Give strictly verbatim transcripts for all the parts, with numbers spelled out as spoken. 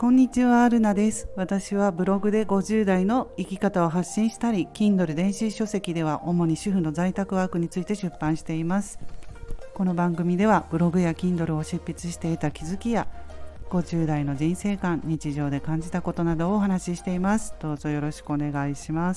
こんにちは、ルナです。私はブログでごじゅう代の生き方を発信したり、Kindle 電子書籍では主に主婦の在宅ワークについて出版しています。この番組ではブログや Kindle を執筆していた気づきやごじゅう代の人生観、日常で感じたことなどをお話ししています。どうぞよろしくお願いします。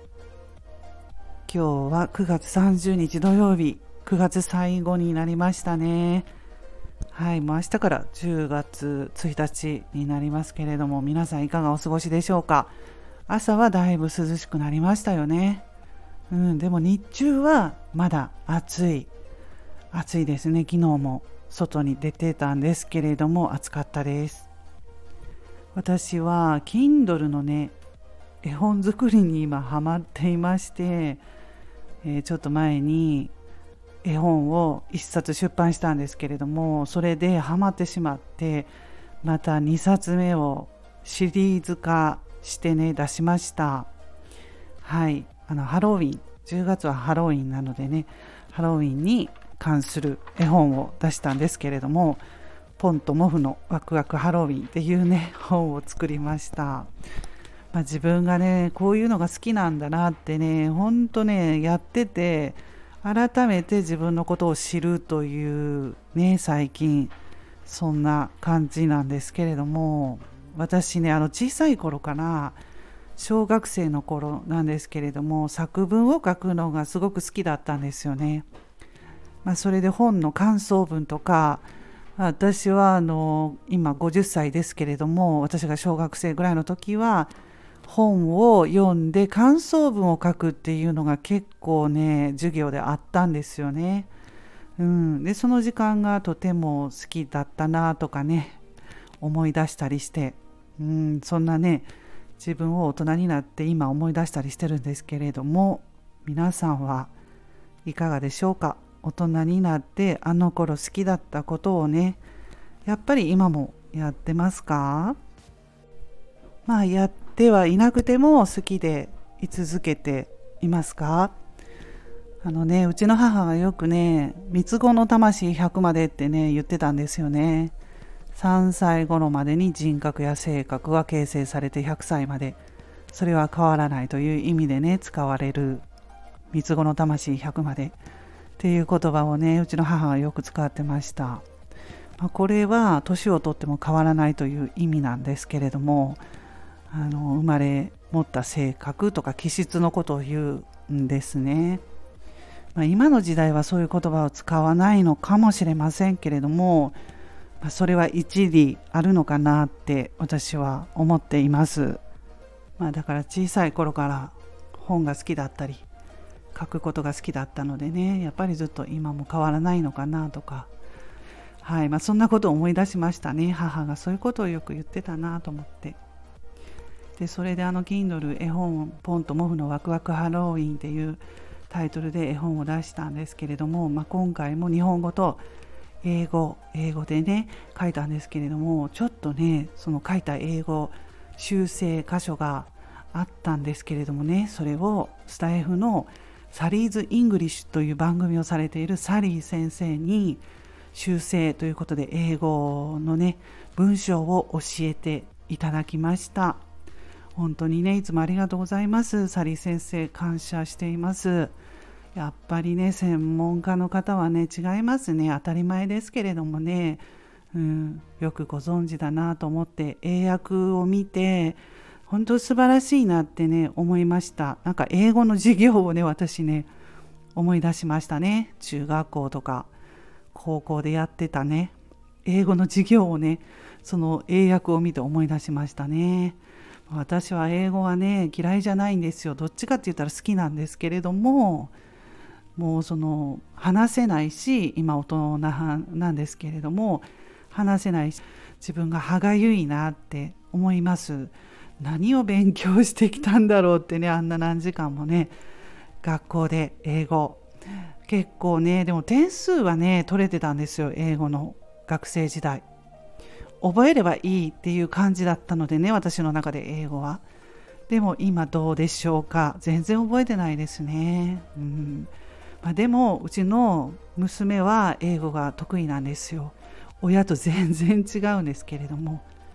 今日はくがつさんじゅうにち土曜日、くがつ最後になりましたね。はい、もう明日からじゅうがつついたちになりますけれども、皆さんいかがお過ごしでしょうか。朝はだいぶ涼しくなりましたよね。うん、でも日中はまだ暑い暑いですね。昨日も外に出てたんですけれども暑かったです。私は Kindle のね絵本作りに今ハマっていまして、えー、ちょっと前に絵本を一冊出版したんですけれども、それでハマってしまって、またにさつめをシリーズ化してね出しました。はい、あのハロウィン、じゅうがつはハロウィンなのでね、ハロウィンに関する絵本を出したんですけれども、ポンとモフのワクワクハロウィンっていうね本を作りました。まあ、自分がねこういうのが好きなんだなってね、ほんとねやってて改めて自分のことを知るというね、最近そんな感じなんですけれども、私ねあの小さい頃から小学生の頃なんですけれども、作文を書くのがすごく好きだったんですよね。まあ、それで本の感想文とか、私はあの今ごじゅっさいですけれども、私が小学生ぐらいの時は本を読んで感想文を書くっていうのが結構ね授業であったんですよね。うん、でその時間がとても好きだったなとかね思い出したりして、うん、そんなね自分を大人になって今思い出したりしてるんですけれども、皆さんはいかがでしょうか。大人になってあの頃好きだったことをね、やっぱり今もやってますか？まあやってはいなくても好きで居続けていますか？あのね、うちの母がよくね、三つ子の魂ひゃくまでってね言ってたんですよね。さんさい頃までに人格や性格は形成されてひゃくさいまで、それは変わらないという意味でね使われる三つ子の魂ひゃくまでっていう言葉をね、うちの母はよく使ってました。まあ、これは年をとっても変わらないという意味なんですけれども、あの生まれ持った性格とか気質のことを言うんですね。まあ、今の時代はそういう言葉を使わないのかもしれませんけれども、まあ、それは一理あるのかなって私は思っています。まあ、だから小さい頃から本が好きだったり書くことが好きだったのでね、やっぱりずっと今も変わらないのかなとか、はい、まあ、そんなことを思い出しましたね。母がそういうことをよく言ってたなと思って。でそれであの Kindle 絵本ポンとモフのワクワクハロウィンっていうタイトルで絵本を出したんですけれども、まあ、今回も日本語と英語英語でね書いたんですけれども、ちょっとねその書いた英語修正箇所があったんですけれどもね、それをスタイフのサリーズ・イングリッシュという番組をされているサリー先生に修正ということで英語のね文章を教えていただきました。本当にねいつもありがとうございます。サリー先生感謝しています。やっぱりね専門家の方はね違いますね。当たり前ですけれどもね、うん、よくご存知だなと思って英訳を見て本当素晴らしいなってね思いました。なんか英語の授業をね私ね思い出しましたね。中学校とか高校でやってたね英語の授業をね、その英訳を見て思い出しましたね。私は英語はね嫌いじゃないんですよ。どっちかって言ったら好きなんですけれども、もうその話せないし、今大人なんですけれども話せないし、自分が歯がゆいなって思います。何を勉強してきたんだろうってね、あんな何時間もね学校で英語結構ね、でも点数はね取れてたんですよ。英語の学生時代覚えればいいっていう感じだったのでね、私の中で英語は。でも今どうでしょうか。全然覚えてないですね。うんまあ、でもうちの娘は英語が得意なんですよ。親と全然違うんですけれども、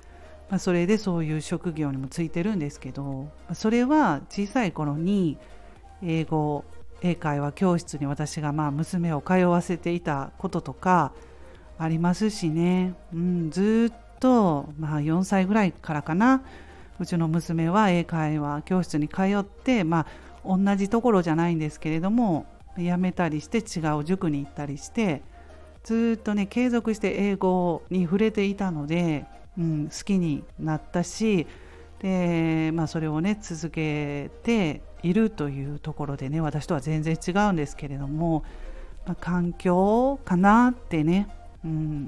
まあ、それでそういう職業にもついてるんですけど、それは小さい頃に英語英会話教室に私がまあ娘を通わせていたこととかありますしね、うん、ずっと、まあ、よんさいぐらいからかな、うちの娘は英会話教室に通って、まあ、同じところじゃないんですけれども辞めたりして違う塾に行ったりしてずっとね継続して英語に触れていたので、うん、好きになったしで、まあ、それをね続けているというところでね私とは全然違うんですけれども、まあ、環境かなってね、うん、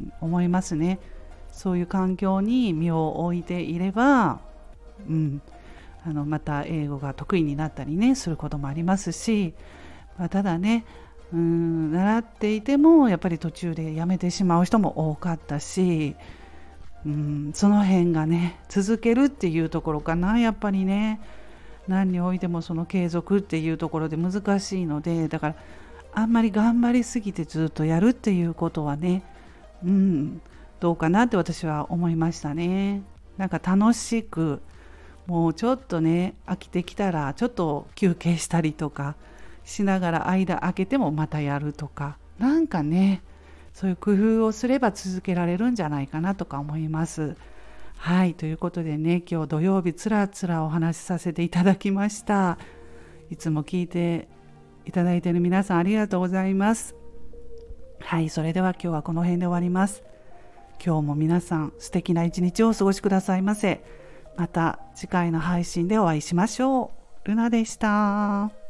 思いますね。そういう環境に身を置いていれば、うん、あのまた英語が得意になったりねすることもありますし、まあ、ただねうん習っていてもやっぱり途中でやめてしまう人も多かったし、うんその辺がね続けるっていうところかな、やっぱりね何においてもその継続っていうところで難しいので、だからあんまり頑張りすぎてずっとやるっていうことはね、うんどうかなって私は思いましたね。なんか楽しくもうちょっとね飽きてきたらちょっと休憩したりとかしながら間空けてもまたやるとか、なんかねそういう工夫をすれば続けられるんじゃないかなとか思います。はい、ということでね今日土曜日つらつらお話しさせていただきました。いつも聞いていただいている皆さんありがとうございます。はい、それでは今日はこの辺で終わります。今日も皆さん素敵な一日をお過ごしくださいませ。また次回の配信でお会いしましょう。ルナでした。